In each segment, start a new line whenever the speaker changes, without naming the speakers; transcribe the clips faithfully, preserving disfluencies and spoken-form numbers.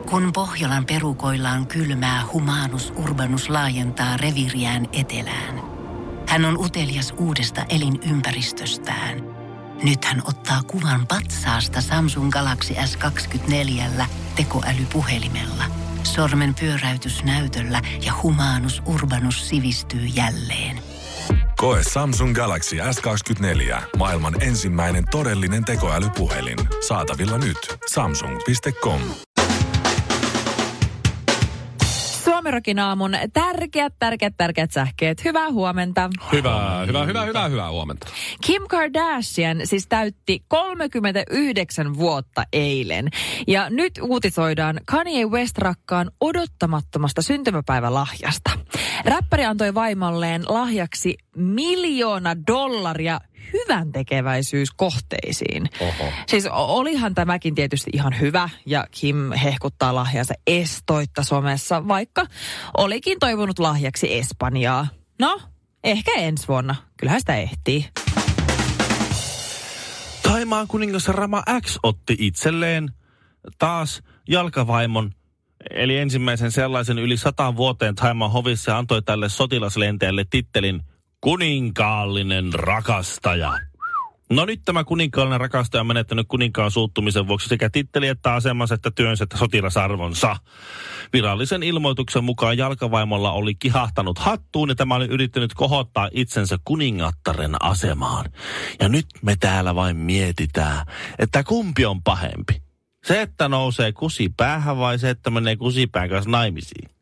Kun Pohjolan perukoillaan kylmää, Humanus Urbanus laajentaa reviiriään etelään. Hän on utelias uudesta elinympäristöstään. Nyt hän ottaa kuvan patsaasta Samsung Galaxy S kaksikymmentäneljä tekoälypuhelimella. Sormen pyöräytys näytöllä ja Humanus Urbanus sivistyy jälleen.
Koe Samsung Galaxy S kaksikymmentäneljä. Maailman ensimmäinen todellinen tekoälypuhelin. Saatavilla nyt. samsung piste com.
Suomirokin aamun tärkeät, tärkeät, tärkeät sähkeet. Hyvää huomenta.
Hyvää, hyvää, hyvää, hyvää, hyvää huomenta.
Kim Kardashian siis täytti kolmekymmentäyhdeksän vuotta eilen. Ja nyt uutisoidaan Kanye West-rakkaan odottamattomasta syntymäpäivälahjasta. Räppäri antoi vaimolleen lahjaksi miljoona dollaria hyvän tekeväisyyskohteisiin. Oho. Siis olihan tämäkin tietysti ihan hyvä ja Kim hehkuttaa lahjansa estoitta somessa, vaikka olikin toivonut lahjaksi Espanjaa. No, ehkä ensi vuonna. Kyllähän sitä ehtii.
Thaimaan kuningas Rama X otti itselleen taas jalkavaimon, eli ensimmäisen sellaisen yli sataan vuoteen Thaimaan hovissa, antoi tälle sotilaslentäjälle tittelin kuninkaallinen rakastaja. No nyt tämä kuninkaallinen rakastaja on menettänyt kuninkaan suuttumisen vuoksi sekä titteli että asemansa että työnsä että sotilasarvonsa. Virallisen ilmoituksen mukaan jalkavaimolla oli kihahtanut hattuun ja tämä oli yrittänyt kohottaa itsensä kuningattaren asemaan. Ja nyt me täällä vain mietitään, että kumpi on pahempi. Se, että nousee kusi päähän vai se, että menee kusipään kanssa naimisiin?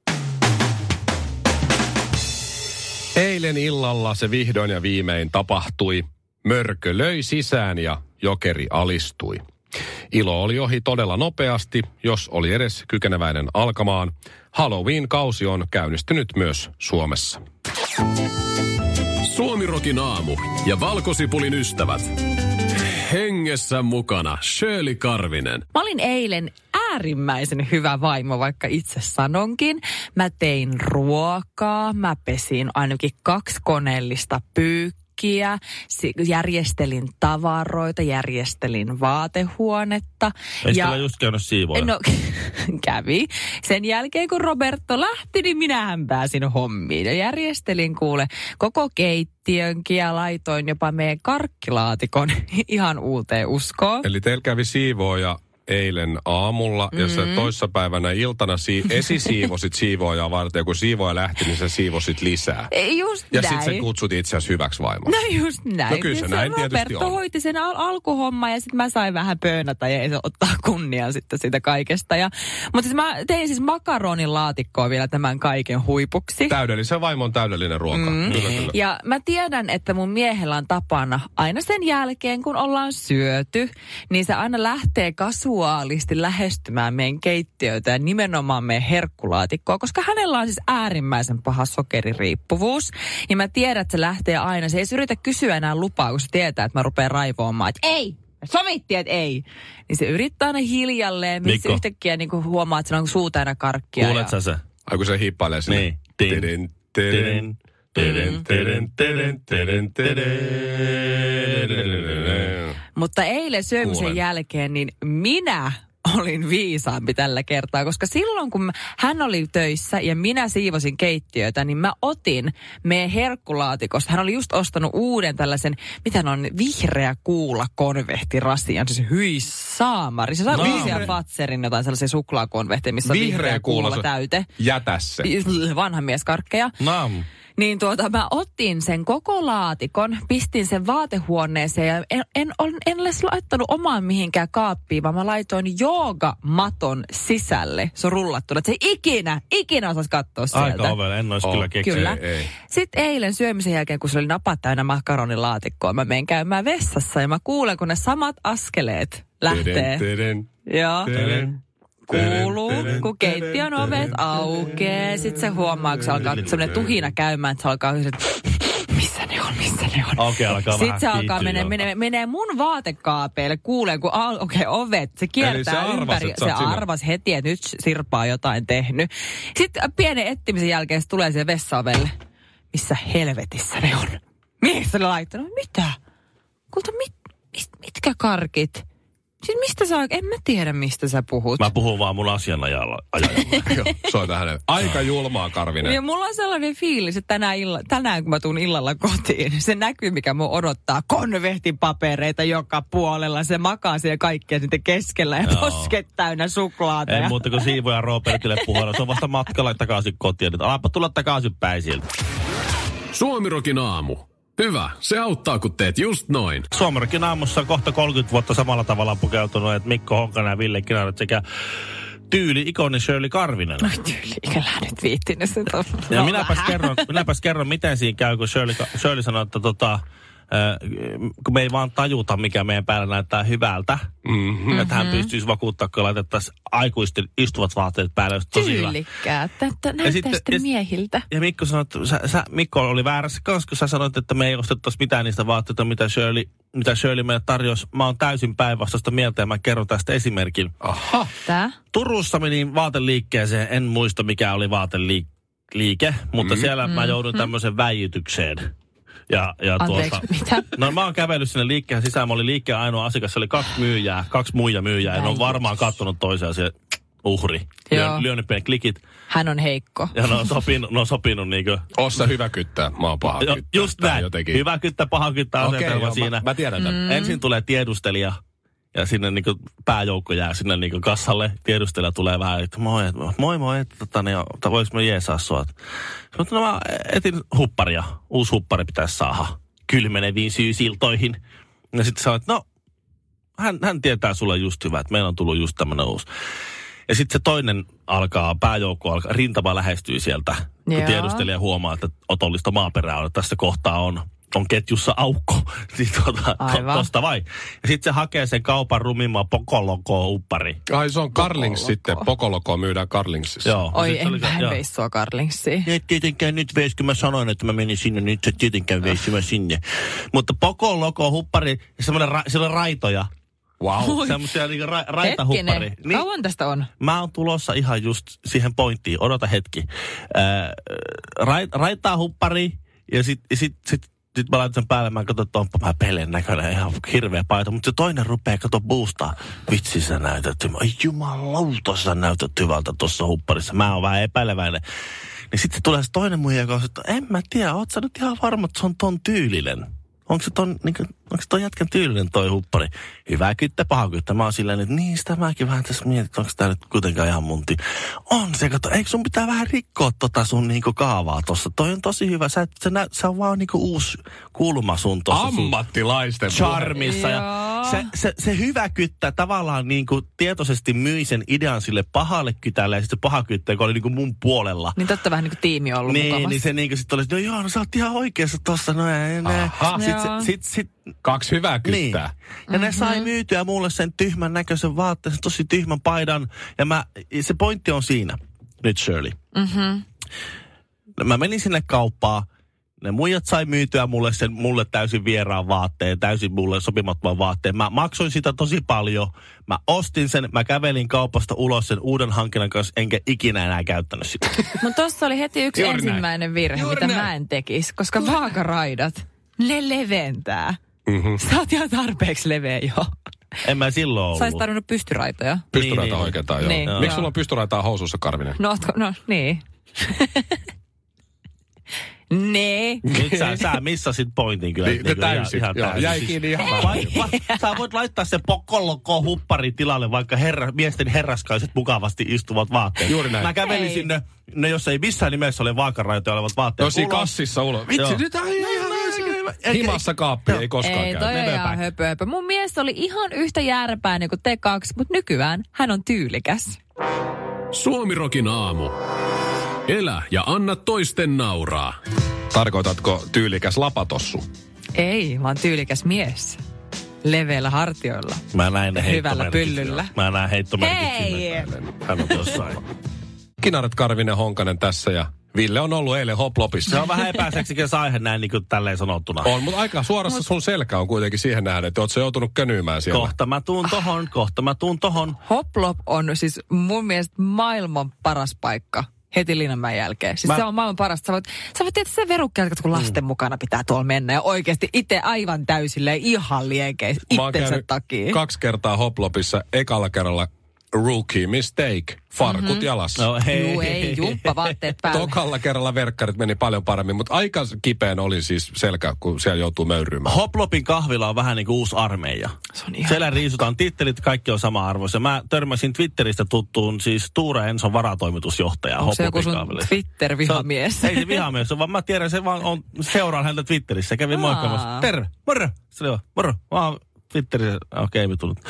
Eilen illalla se vihdoin ja viimein tapahtui. Mörkö löi sisään ja jokeri alistui. Ilo oli ohi todella nopeasti, jos oli edes kykeneväinen alkamaan. Halloween-kausi on käynnistynyt myös Suomessa.
Suomirokin aamu ja valkosipulin ystävät. Hengessä mukana Shirley Karvinen.
Mä olin eilen äärimmäisen hyvä vaimo, vaikka itse sanonkin. Mä tein ruokaa, mä pesin ainakin kaksi koneellista pyykkiä, järjestelin tavaroita, järjestelin vaatehuonetta.
Ei ja... just käynyt siivoja.
No, kävi. Sen jälkeen kun Roberto lähti, niin minähän pääsin hommiin. Ja järjestelin kuule koko keittiönkin ja laitoin jopa meidän karkkilaatikon ihan uuteen uskoon.
Eli teillä kävi siivooja eilen aamulla ja sä toissapäivänä iltana si- esisiivosit siivoojaa varten ja kun siivoja lähti, niin sä siivosit lisää.
Just
ja
näin.
Ja sit sä kutsut itse asiassa hyväksi vaimoksi.
No just näin.
No kyllä se näin tietysti
Roberto
on.
hoiti sen al- alkuhomman ja sit mä sain vähän pöönätä ja ei se ottaa kunnian sitten siitä kaikesta. Ja, mutta siis mä tein siis makaronin laatikkoa vielä tämän kaiken huipuksi.
Täydellisen vaimon täydellinen ruoka. Mm. Kyllä, kyllä.
Ja mä tiedän, että mun miehellä on tapana aina sen jälkeen, kun ollaan syöty, niin se aina lähtee kasuaalisti lähestymään meidän keittiöitä ja nimenomaan meidän herkkulaatikkoa, koska hänellä on siis äärimmäisen paha sokeririippuvuus. Ja mä tiedän, että se lähtee aina. Se ei yritä kysyä enää lupaa, kun se tietää, että mä rupean raivoamaan, että ei! Sovittiin, että ei. Niin se yrittää aina hiljalleen, missä se yhtäkkiä niin kuin huomaa, että se on suu täynnä karkkia.
Kuulet sä se?
Ai kun se hiippailee sinne.
Niin. Tidin, tidin, tidin, tidin, tidin, tidin, tidin.
Mutta eilen syömisen jälkeen, niin minä olin viisaampi tällä kertaa, koska silloin kun hän oli töissä ja minä siivosin keittiötä, niin mä otin meidän herkkulaatikosta. Hän oli just ostanut uuden tällaisen, mitä on, vihreä kuula konvehtirasian. Siis hyi saamari. Se sai no. uusia Fatserin jotain sellaisia suklaakonvehteja, missä on vihreä, vihreä kuula, kuula täyte.
Jätä se.
Vanha mieskarkkeja.
No.
Niin tuota, mä otin sen koko laatikon, pistin sen vaatehuoneeseen ja en, en, en, en ole laittanut omaan mihinkään kaappiin, vaan mä laitoin joogamaton sisälle. Se on rullattu, että se ei ikinä, ikinä osaisi katsoa sieltä.
Aika ovella, en olisi oh. kyllä keksinyt.
Kyllä. Ei, ei. Sitten eilen syömisen jälkeen, kun se oli napat täynnä makaronilaatikkoa, mä menen käymään vessassa ja mä kuulen, kun ne samat askeleet lähtee.
Teden,
Joo. Teden. Kuuluu, kun keittiön ovet aukeaa. Sitten se huomaa, kun se alkaa sellainen tuhina käymään, että se alkaa kysyä, missä ne on, missä ne on.
Okay, alkaa
Sitten se alkaa menee, menee, menee mun vaatekaapeille, kuulee, kun aukeaa okay, ovet. Se kiertää se ympäri. Arvas, se arvasi heti, että nyt Sirpa on jotain tehnyt. Sitten pienen etsimisen jälkeen se tulee siihen vessaovelle. Missä helvetissä ne on? Mihin se on laittanut? Mitä? Kulta, mit, mit, mitkä karkit? Siis mistä sä, en mä tiedä mistä sä puhut.
Mä puhun vaan mun asianajalla.
Joo, soita hänen. Aika julmaa, Karvinen.
Ja mulla on sellainen fiilis, että tänään, illa, tänään kun mä tuun illalla kotiin, se näkyy mikä mun odottaa. Konvehtipapereita joka puolella. Se makaa siellä kaikkea sitten keskellä ja
Joo.
posket täynnä suklaata.
Ei
ja...
muuta kuin siivoja Robertille puhua. Se on vasta matkalla takaisin kotiin. Että alapa tulla takaisin päin sieltä.
Suomirokin aamu. Hyvä, se auttaa kun teet just noin.
Suomirokin aamussa on kohta kolmekymmentä vuotta samalla tavalla pukeutunut, että Mikko Honkanen ja Ville Kinaret sekä tyyli-ikoni Shirley Karvinen.
No tyyli, eikä lähdet viittinyt sen tuolla.
Ja minäpäs kerron, minäpäs kerron, miten siinä käy, kun Shirley, Shirley sanoi, että tota, äh, kun me ei vaan tajuta, mikä meidän päällä näyttää hyvältä. Mm-hmm. Että hän pystyisi vakuuttaa, kun laitettaisiin aikuisten istuvat vaatteet päälle. Olisi tosi hyvä.
Tyylikkäät. Näyttää sitten, sitten miehiltä.
Ja Mikko sanoi, että sä, sä, Mikko oli väärässä kanssa, kun sä sanoit, että me ei ostettaisi mitään niistä vaatteita, mitä Shirley, mitä Shirley meille tarjosi. Mä oon täysin päinvastaista mieltä ja mä kerron tästä esimerkin.
Aha.
Tää?
Turussa menin vaateliikkeeseen, en muista mikä oli vaateliike, mutta mm. siellä mm. mä joudun tämmöisen väijytykseen. Ja, ja
Anteeksi,
tuota,
mitä?
No mä oon kävellyt sinne liikkeen sisään, mä olin liikkeen ainoa asiakas, se oli kaksi myyjää, kaksi muija myyjää, ja ne on varmaan kattonut toisiaan se uhri. Lyön, lyönyt pienen klikit.
Hän on heikko.
Ja ne on sopinut, ne on sopinut niinkö...
Ossa hyvä kyttää, mä oon paha kyttää.
Just näin, jotenkin. Hyvä kyttää, paha kyttää asetelma
okay,
siinä.
Mä, mä tiedän tämän.
Mm. Ensin tulee tiedustelija. Ja sinne niinku pääjoukko jää sinne niinku kassalle. Tiedustelija tulee vähän, että moi, moi, moi, että tota, niin, vois mä jeesaa sua. Mutta no mä etin hupparia. Uusi huppari pitäisi saada kylmeneviin syysiltoihin. Ja sitten sanoin, että no, hän, hän tietää sulle just hyvä, että meillä on tullut just tämmönen uusi. Ja sitten se toinen alkaa, pääjoukko alkaa, rintama lähestyy sieltä. Kun
Joo.
tiedustelija huomaa, että otollista maaperää on, että tässä kohtaa on. on ketjussa aukko, niin tuota, to, tosta vai. Ja sitten se hakee sen kaupan rumimman Pokoloko-uppari.
Ai se on Carlings sitten, Pokoloko myydään Carlingsissa.
Joo.
Oi, en mä en veisi sua Carlingsiin.
Et tietenkään nyt veis, kun mä sanoin, että mä menin sinne, nyt sä tietenkään veisi mä sinne. Mutta Pokoloko-huppari, semmoinen ra, siellä on raitoja.
Wow.
Semmoisia niinku ra, raitahuppari.
Niin, kauan tästä on?
Mä oon tulossa ihan just siihen pointtiin, odota hetki. Äh, rait, raitaa huppari ja sit, sit, sit Sitten mä laitan sen päälle, mä katson, että onpa mä pelen näköinen, ihan hirveä paita. Mutta se toinen rupeaa, kato, boostaa. Vitsi, sä näytät hyvältä. Ai jumalauta, sä näytät hyvältä tuossa hupparissa. Mä oon vähän epäileväinen. Niin sitten tulee se toinen muija, joka on, että en mä tiedä, oot sä nyt ihan varma, että se on ton tyylinen? Onko se ton, niin kuin, onko se ton jätkän tyylinen toi huppari? Hyvä kyttä, paha kyttä. Mä oon silleen, että niin sitä mäkin vähän tässä mietin, onko tää nyt kuitenkaan ihan munti. On se, kato, eikö sun pitää vähän rikkoa tota sun niinku kaavaa tossa? Toi on tosi hyvä. Sä, sä, nä, sä on vaan niinku uusi kulma sun tossa.
Ammattilaisten
charmissa. Ja se, se, se hyvä kyttä tavallaan niinku tietoisesti myi sen idean sille pahalle kytälle ja sitten se paha kyttä, joka oli niinku mun puolella.
Niin totta vähän niinku tiimi on ollut
niin,
mukavasti.
Niin se niinku sit oli, no joo, no sä oot ihan oikeassa tossa. No ei, ne. Sitten sit, sit,
kaksi hyvää kyttää.
Niin. Ja mm-hmm. ne sai myytyä mulle sen tyhmän näköisen vaatteen, sen tosi tyhmän paidan. Ja mä, se pointti on siinä, nyt Shirley.
Mm-hmm.
Mä menin sinne kauppaan. Ne muijat sai myytyä mulle sen mulle täysin vieraan vaatteen, täysin mulle sopimattoman vaatteen. Mä maksoin sitä tosi paljon. Mä ostin sen, mä kävelin kaupasta ulos sen uuden hankinnan kanssa, enkä ikinä enää käyttänyt sitä.
Mutta tossa oli heti yksi
Juuri
ensimmäinen näin. virhe, Juuri mitä näin. mä en tekisi, koska vaakaraidat, ne leventää. Mm-hmm. Sä oot ihan tarpeeksi leveä jo.
En mä silloin ollut.
Sais tarvinnut pystyraitoja.
Pystyraita
niin,
oikeastaan, joo.
Niin,
Miksi
joo.
sulla on pystyraitaa housussa, Karvinen?
No, no niin. Nee.
Nyt sä, sä missasit pointin kyllä.
Niin,
niin,
täysin.
Ihan, ihan
Joo, jäi kiinni ihan
va, va, sä voit laittaa se Pokoloko-huppari tilalle, vaikka herra, miesten herraskaiset mukavasti istuvat vaatteet.
Juuri näin.
Mä kävelin
Ei.
sinne, no jos ei missään nimessä ole vaakaraitoja olevat vaatteet.
No siinä kassissa ulos. Vitsi, nyt on ihan himassa kaappi, ei koskaan
Ei,
käy.
toi on ihan höpö, höpö. Mun mies oli ihan yhtä järpäinen kuin te kaksi, mutta nykyään hän on tyylikäs.
Suomirokin aamu. Elä ja anna toisten nauraa.
Tarkoitatko tyylikäs lapatossu?
Ei, vaan tyylikäs mies. Leveillä hartioilla.
Mä näin ne
Hyvällä
heittomerkit.
pyllyllä.
Mä näin heittomerkit
Hei!
sinne. Hän on jossain.
Kinaret, Karvinen, Honkanen tässä ja Ville on ollut eilen hoplopissa.
Se on vähän epäseksikäs aihe näin niin kuin tälleen sanottuna.
On, mutta aika suorassa sun selkä on kuitenkin siihen nähden, että oot sä joutunut könyymään siellä.
Kohta mä tuun tohon, kohta mä tuun tohon.
Hoplop on siis mun mielestä maailman paras paikka heti Linnanmäen jälkeen. Siis
Mä...
se on maailman parasta. Sä voit, sä voit tietää sen verukkeelta, kun lasten mm. mukana pitää tuolla mennä. Ja oikeasti itse aivan täysille ihan liekeissä itsensä takia.
Kaksi kertaa Hoplopissa, ekalla kerralla rookie mistake, farkut mm-hmm. jalassa.
No hei, Juu, ei, jumppa vaatteet päälle.
Tokalla kerralla verkkarit meni paljon paremmin, mutta aika kipeän oli siis selkä, kun siellä joutuu möyrymään.
Hoplopin kahvila on vähän niin kuin uusi armeija.
Se on ihan
siellä riisutaan tittelit, kaikki on sama-arvoisia. Mä törmäsin Twitteristä tuttuun siis Stora Enson varatoimitusjohtaja.
Onko se joku sun Twitter-vihamies?
Se on, ei se vihamies, vaan mä tiedän, se vaan on, seuraan häntä Twitterissä. Kävin moikkaamassa. Terve, moro. Se oli moro. Mä Twitterissä, okei, okay, me tullut.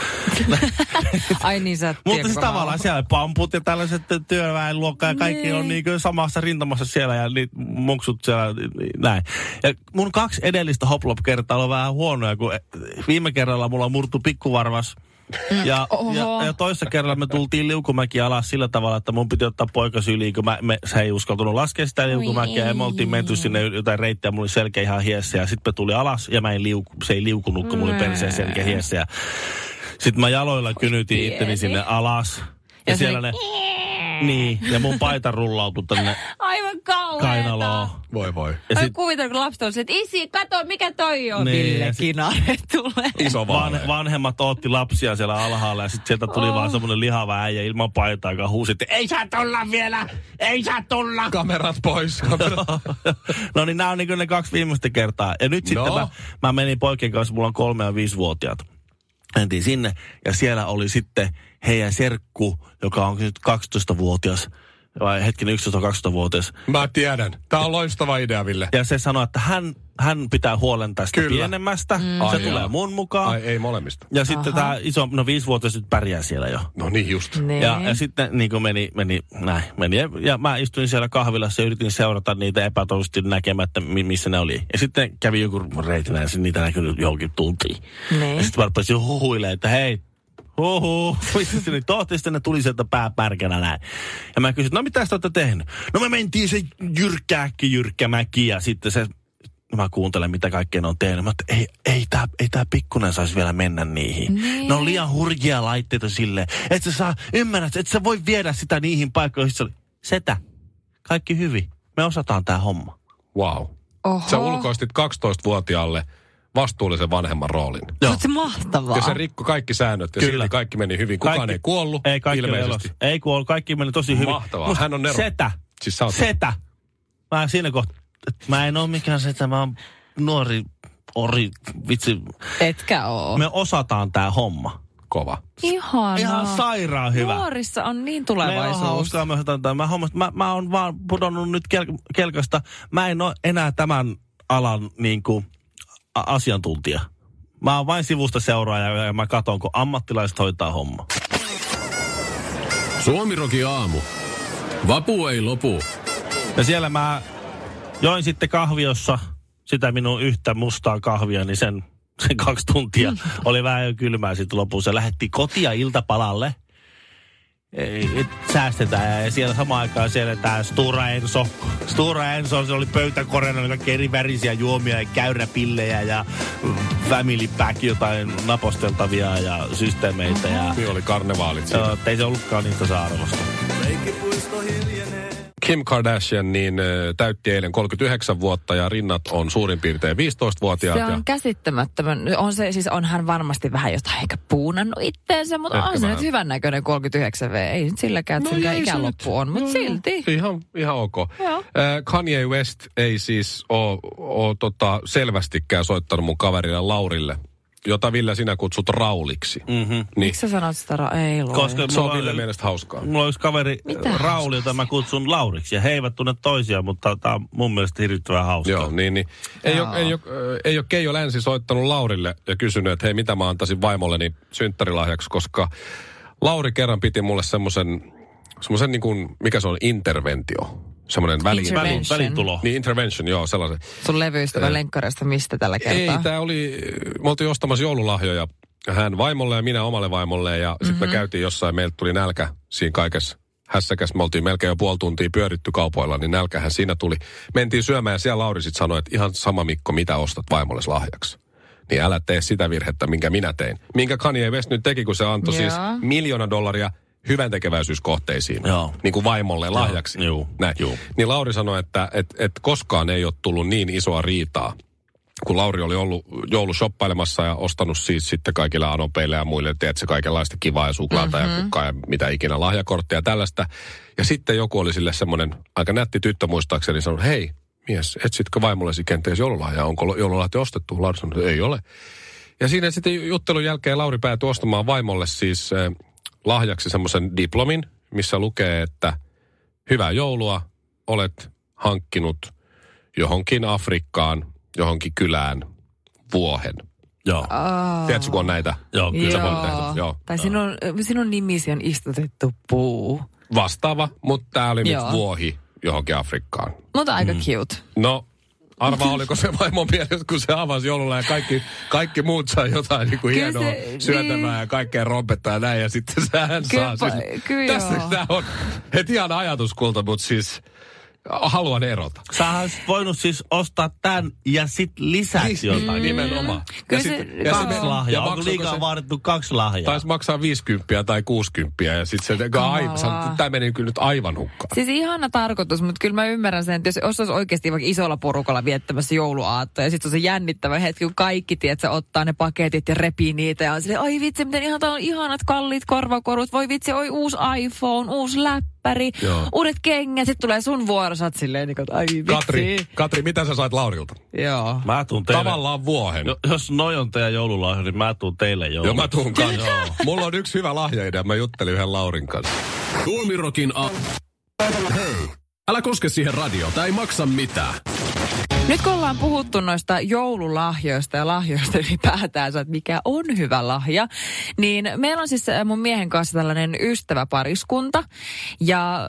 Ai niin, sä
Mutta siis tavallaan siellä pamput ja tällaiset työväenluokka ja kaikki nee. on niin kuin samassa rintamassa siellä ja niitä muksut siellä, näin. Ja mun kaksi edellistä hoplop-kertaa on vähän huonoja, kun viime kerralla mulla murtu pikkuvarvas. Ja, ja, ja toissa kerralla me tultiin liukumäki alas sillä tavalla, että mun piti ottaa poika syliin, kun mä, me, se ei uskaltunut laskea sitä liukumäkiä. Ja me oltiin menty sinne jotain reittiä, mulla oli selkeä ihan hiessä. Ja sitten me tuli alas ja mä en liuku, se ei liukunut, kun mulla oli perseen selkeä hiessä. Ja sitten mä jaloilla kynytin itteni sinne alas. Ja, ja siellä ne... Niin, ja mun paita rullautui tänne
aivan kauheeta.
Kainaloon.
Voi voi.
Ja sit... kuvitella, kun lapset on se, että isi, kato, mikä toi on. Niin, Ville Kinare tulee.
Iso Van,
vanhemmat otti lapsia siellä alhaalla ja sitten sieltä tuli oh. vaan semmoinen lihava äijä ilman paitaa, joka huusi, että ei saa tulla vielä, ei saa tulla.
Kamerat pois. Kamerat.
No niin, nämä on niin kuin ne kaksi viimeistä kertaa. Ja nyt no. sitten mä, mä menin poikien kanssa, mulla on kolme ja viisi vuotiaat. Mentiin sinne ja siellä oli sitten heidän serkku, joka on nyt kaksitoistavuotias, vai hetkinen yksitoista-kaksitoistavuotias.
Mä tiedän. Tää on loistava idea, Ville.
Ja se sanoi, että hän, hän pitää huolen tästä Kyllä. pienemmästä. Mm. Se
Ai
tulee
joo.
mun mukaan.
Ai ei molemmista.
Ja Aha. sitten tämä iso, no viisivuotias nyt pärjää siellä jo.
No niin just.
Nee.
Ja, ja sitten niin kuin meni, meni näin. Meni, ja mä istuin siellä kahvilassa ja yritin seurata niitä epätoivoisesti näkemättä, missä ne oli. Ja sitten kävi joku reitin ja niitä näkynyt johonkin tuntiin.
Nee.
Ja sitten mä rupesin huhuilemaan, että hei, Huhhuh. Sitten tohti, sitten ne tuli sieltä pääpärkänä näin. Ja mä kysyin, no mitä sä olette tehnyt? No me mentiin se jyrkkääkki jyrkkä mäki ja sitten se, mä kuuntelen mitä kaikkea ne on tehnyt. Mä ei, ei tää, ei tää pikkunen saisi vielä mennä niihin. Nee. Ne on liian hurjia laitteita silleen. Et sä saa, ymmärrät, et sä voi viedä sitä niihin paikkoihin. Setä, kaikki hyvin. Me osataan tää homma.
Wow.
Oho.
Sä ulkoistit kaksitoistavuotiaalle vastuullisen vanhemman roolin.
Joo. Se mahtavaa.
Ja se rikkoi kaikki säännöt ja silti kaikki meni hyvin. Kukaan kaikki, ei kuollut
ei kaikki
ilmeisesti.
Ei kuollut, kaikki meni tosi hyvin.
Mahtavaa. Hän on Nero.
Setä.
Siis sä oot...
Setä. Mä siinä kohtaa, mä en oo mikään setä, mä oon nuori ori, vitsi.
Etkä oo.
Me osataan tää homma.
Kova.
Ihanaa.
Ihan sairaan hyvä.
Nuorissa on niin tulevaisuus.
Me on hauskaa, me osataan tää. Mä, hommas, mä, mä oon vaan pudonnut nyt kel, kelkasta. Mä en oo enää tämän alan niinku asiantuntija. Mä oon vain sivusta seuraaja ja mä katon, kun ammattilaiset hoitaa homma.
Suomirokin aamu. Vapu ei lopu.
Ja siellä mä join sitten kahviossa sitä minun yhtä mustaa kahvia, niin sen, sen kaksi tuntia oli vähän jo kylmää sitten lopussa. Lähdettiin kotia iltapalalle. Ei, säästetään ja siellä samaan aikaan siellä tämä Stora Enso. Stora Enso, se oli pöytäkoreana kaikki eri värisiä juomia ja käyräpillejä ja family pack, jotain naposteltavia ja systeemeitä. Ja
niin oli karnevaalit siinä.
Joo, ei se ollutkaan niin tasa-arvosta.
Kim Kardashian niin täytti eilen kolmekymmentäyhdeksän vuotta ja rinnat on suurin piirtein viisitoistavuotiaat.
Se on ja... käsittämättömän. On se, siis on hän varmasti vähän jotain ehkä puunannut itteensä, mutta Ehkä on se vähän. Nyt hyvännäköinen kolmekymmentäyhdeksän vuotta. Ei nyt silläkään, että no sillä ikäloppu on, mutta no, silti.
Ihan, ihan ok. Äh, Kanye West ei siis ole, ole tota, selvästikään soittanut mun kaverille Laurille, jota Ville sinä kutsut Rauliksi.
Mm-hmm.
Niin.
Miksi sä sanot sitä ra- ei luo?
Koska
se on Ville mielestä hauskaa.
Mulla on yksi kaveri Mitä Rauli, jota mä kutsun Lauriksi. Ja he eivät tunne toisiaan, mutta tää on mun mielestä hirvittävän hauskaa.
Joo, niin, niin. Ei ole, ei, ole, ei ole Keijo Länsi soittanut Laurille ja kysynyt, että hei, mitä mä antaisin vaimolleni synttärilahjaksi, koska Lauri kerran piti mulle semmoisen, semmoisen niin kuin, mikä se on, interventio. Semmoinen väliin, väliin,
välintulo.
Niin, intervention, joo, sellaisen.
Sun levyistä vai lenkkareista, mistä tällä kertaa?
Ei, tää oli, me oltiin ostamassa joululahjoja. Hän vaimolle ja minä omalle vaimolle. Ja mm-hmm. sitten me käytiin jossain, meiltä tuli nälkä siinä kaikessa hässäkäs. Me oltiin melkein jo puoli tuntia pyöritty kaupoilla, niin nälkähän siinä tuli. Mentiin syömään ja siellä Lauri sitten sanoi, että ihan sama Mikko, mitä ostat vaimolle lahjaksi. Niin älä tee sitä virhettä, minkä minä tein. Minkä Kanye West nyt teki, kun se antoi siis miljoona dollaria hyvän tekeväisyyskohteisiin,
Joo.
niin kuin vaimolle lahjaksi.
Joo.
Näin.
Joo.
Niin Lauri sanoi, että et, et koskaan ei ole tullut niin isoa riitaa, kun Lauri oli ollut joulushopailemassa ja ostanut siis sitten kaikille anopeille ja muille, tiedätkö, kaikenlaista kivaa ja suklaata mm-hmm. ja kukkaa ja mitä ikinä, lahjakorttia ja tällaista. Ja sitten joku oli sille semmoinen aika nätti tyttö muistaakseni sanonut, hei mies, etsitkö vaimollesi kenties joululahjaa? Onko joululahti ostettu? Lauri sanoi, ei ole. Ja siinä sitten juttelun jälkeen Lauri päätyi ostamaan vaimolle siis eh, lahjaksi semmoisen diplomin, missä lukee, että hyvää joulua, olet hankkinut johonkin Afrikkaan, johonkin kylään vuohen.
Joo.
Oh.
Tiedätkö, kun on näitä?
Joo, kyllä se voi
Joo.
tehdä.
Joo.
Tai sinun, sinun nimisi on istutettu puu.
Vastaava, mutta tämä oli
Joo.
nyt vuohi johonkin Afrikkaan.
Mutta aika mm. cute.
No, arvaa oliko se vaimon mielestä, kun se avasi joululla ja kaikki, kaikki muut sai jotain niin kuin
Kyllä
hienoa
se-
syötävää
niin.
ja kaikkea rompettaa ja näin. Ja sitten sähän
Kyllä
saa.
pa-
Siis,
kyllä
tässä
joo.
tämä on heti ihan ajatuskulta, mutta siis haluan erota.
Sä olisit voinut siis ostaa tämän ja sitten lisäksi jotain.
Nimenomaan.
Kyllä
Ja
se-
sit- ja
Kaksi
sit-
lahjaa.
ja
Onko
maksuuko
liikaa
se-
vaadittu kaksi lahjaa?
Taisi maksaa viisikymppiä tai kuusikymppiä ja sitten se,
Kamalaa.
tämä meni kyllä nyt aivan hukkaan.
Siis ihana tarkoitus, mutta kyllä mä ymmärrän sen, että jos, jos olisi oikeasti vaikka isolla porukalla viettämässä jouluaattoa ja sitten on se jännittävä hetki, kun kaikki, tiedät, ottaa ne paketit ja repii niitä ja on silleen, ai vitsi, miten ihan täällä on ihanat kalliit korvakorut, voi vitsi, oi uusi iPhone, uusi läppäri,
Joo.
uudet kengät, sitten tulee sun vuoro, sä oot silleen, niin, että ai vitsi.
Katri, Katri, mitä sä sait Laurilta?
Joo.
Mä tuun teille.
Tavallaan vuohen.
Jo, jos noi on teidän joululahja, niin mä tuun teille joulun.
Joo, mä tuun kanssa. Mulla on yksi hyvä lahjaidea. Mä juttelin yhden Laurin kanssa.
Suomirokin a... Hei, älä koske siihen radioon, tää ei maksa mitään.
Nyt kun ollaan puhuttu noista joululahjoista ja lahjoista ylipäätään, että mikä on hyvä lahja, niin meillä on siis mun miehen kanssa tällainen ystäväpariskunta. Ja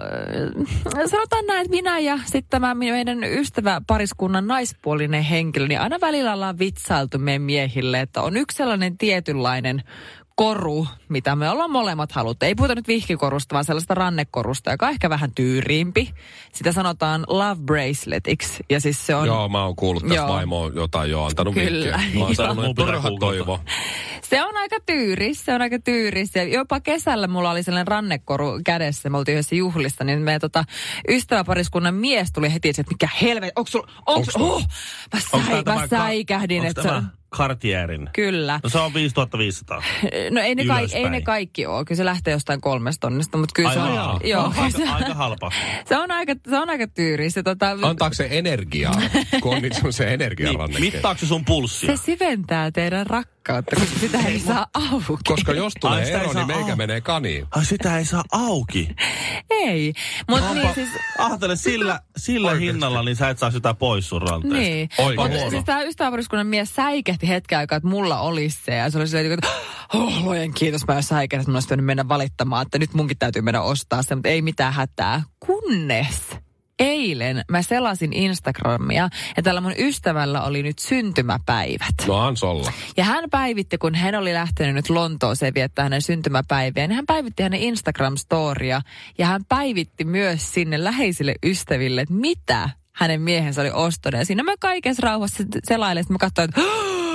äh, sanotaan näin, että minä ja sitten tämä meidän ystäväpariskunnan naispuolinen henkilö, niin aina välillä ollaan vitsailtu meidän miehille, että on yksi sellainen tietynlainen koru, mitä me ollaan molemmat haluttu. Ei puhuta nyt vihkikorusta, vaan sellaista rannekorusta, joka on ehkä vähän tyyriimpi. Sitä sanotaan love braceletiksi. Ja siis se on...
Joo, mä oon kuullut tästä,
Joo.
vaimo on jotain jo antanut
Kyllä.
vinkkiä. Mä oon
Joo.
sanonut,
Mun
että
pitää
turha
googlata.
toivo.
Se on aika tyyris, se on aika tyyris. Ja jopa kesällä mulla oli sellainen rannekoru kädessä, me oltiin yhdessä juhlissa, niin meidän tota, ystäväpariskunnan mies tuli heti, että mikä helvet, onko sulla, onko sulla, oh, mä,
Onko
säi,
tää
mä
tämä
säikähdin,
Onko
että se
tämä
on,
Cartierin?
kyllä.
No se on viisituhatta viisisataa.
No ei ne, ka- ei
Ylöspäin.
ne kaikki ole, kyllä se lähtee jostain kolmesta tonnista, mutta kyllä
Ai
se on,
jaa.
joo,
aika,
se,
aika halpa.
se on aika, se on aika tyyris. Se, tota,
Antaako se energiaa, kun on niitä se
Niin,
energiarannekkeet?
mittaako se sun pulssia?
se syventää teidän rakkautta, koska sitä ei saa auki.
Koska jos
Ai,
tulee
sitä ei
ero,
saa
niin meikä
au-
menee kaniin.
Ai sitä ei saa auki.
Ei, mutta niin siis...
Ajattele, sillä, sillä hinnalla niin sä et saa sitä pois sun ranteesta.
Niin.
Oikein.
Mutta siis tämä ystäväpariskunnan mies säikähti hetken aikaa, että mulla olisi se. Ja se oli silleen, että oh, luojen kiitos, mä jo säikähdin, että mun olisi pitänyt mennä valittamaan, että nyt munkin täytyy mennä ostaa se, mutta ei mitään hätää. Kunnes eilen mä selasin Instagramia ja tällä mun ystävällä oli nyt syntymäpäivät.
No ans olla.
Ja hän päivitti, kun hän oli lähtenyt nyt Lontooseen viettää hänen syntymäpäiviä, niin hän päivitti hänen Instagram-storia ja hän päivitti myös sinne läheisille ystäville, että mitä hänen miehensä oli ostanut. Ja siinä mä kaikessa rauhassa selailin, että mä katsoin, että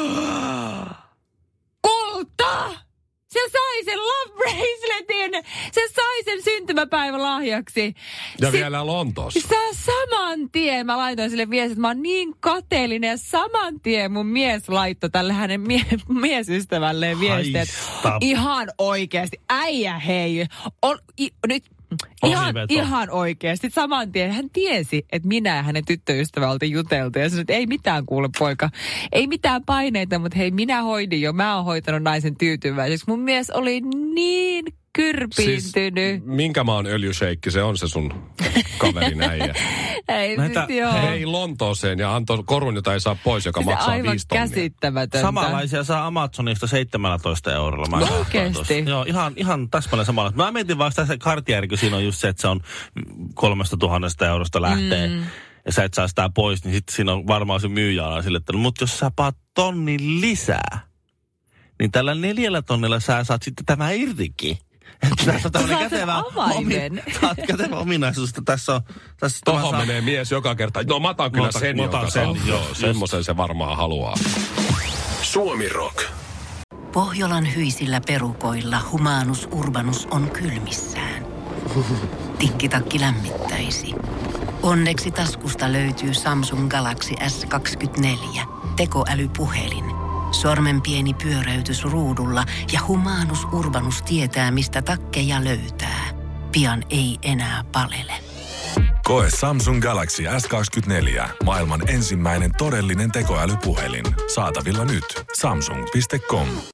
kulta! Se sai sen love braceletin! Se sai sen syntymäpäivän lahjaksi!
Ja
Sit-
vielä Lontoossa.
Sä saman tien, mä laitoin sille viestin, että mä oon niin kateellinen ja saman tien mun mies laittoi tälle hänen mie- miesystävälleen viestiä, että
Haista.
ihan oikeasti, äijä hei, on, i, nyt ihan,
Ohiveto.
ihan oikeasti. Saman tien hän tiesi, että minä ja hänen tyttöystävä oltiin juteltu ja sanoi, että ei mitään kuule poika, ei mitään paineita, mutta hei minä hoidin jo, mä oon hoitanut naisen tyytyväiseksi. Mun mies oli niin kyrpiintynyt.
Siis, minkä maan öljysheikki se on se sun kaverin äijä?
Ei,
Näitä-
siis joo.
Hei Lontooseen ja antoi korun, jota ei saa pois, joka
Siis
maksaa
aivan
viisi tonnia.
käsittämätöntä.
Samanlaisia saa Amazonista seitsemäntoista eurolla. Mä
No
katsoin
oikeesti?
tuossa. Joo, ihan, ihan täsmälleen samalla. Mä mietin vaan sitä Cartier, kun siinä on just se, että se on kolmesta tuhannesta eurosta lähtee. Mm. Ja sä et saa sitä pois, niin sitten siinä on varmaan se myyjä on sille, että no, mutta jos sä paat tonnin lisää, niin tällä neljällä tonnilla sä saat sitten tämä irtikin. Että tässä on tämmöinen
Saat sen
kätevä,
avaimen.
saat kätevä ominaisuus, että tässä on... Tässä tämä
Tohon
saa-
menee mies joka kerta. No mä otan kyllä
Mä otan-
sen,
mä
joka
otan
saa.
sen, joo,
Joo,
just.
semmoisen se varmaan haluaa.
Suomi Rock.
Pohjolan hyisillä perukoilla Humanus Urbanus on kylmissään. Tikkitakki lämmittäisi. Onneksi taskusta löytyy Samsung Galaxy S kaksikymmentäneljä, tekoälypuhelin. Sormen pieni pyöräytys ruudulla ja Humanus Urbanus tietää, mistä takkeja löytää. Pian ei enää palele.
Koe Samsung Galaxy S kaksikymmentäneljä, maailman ensimmäinen todellinen tekoälypuhelin. Saatavilla nyt. Samsung piste com.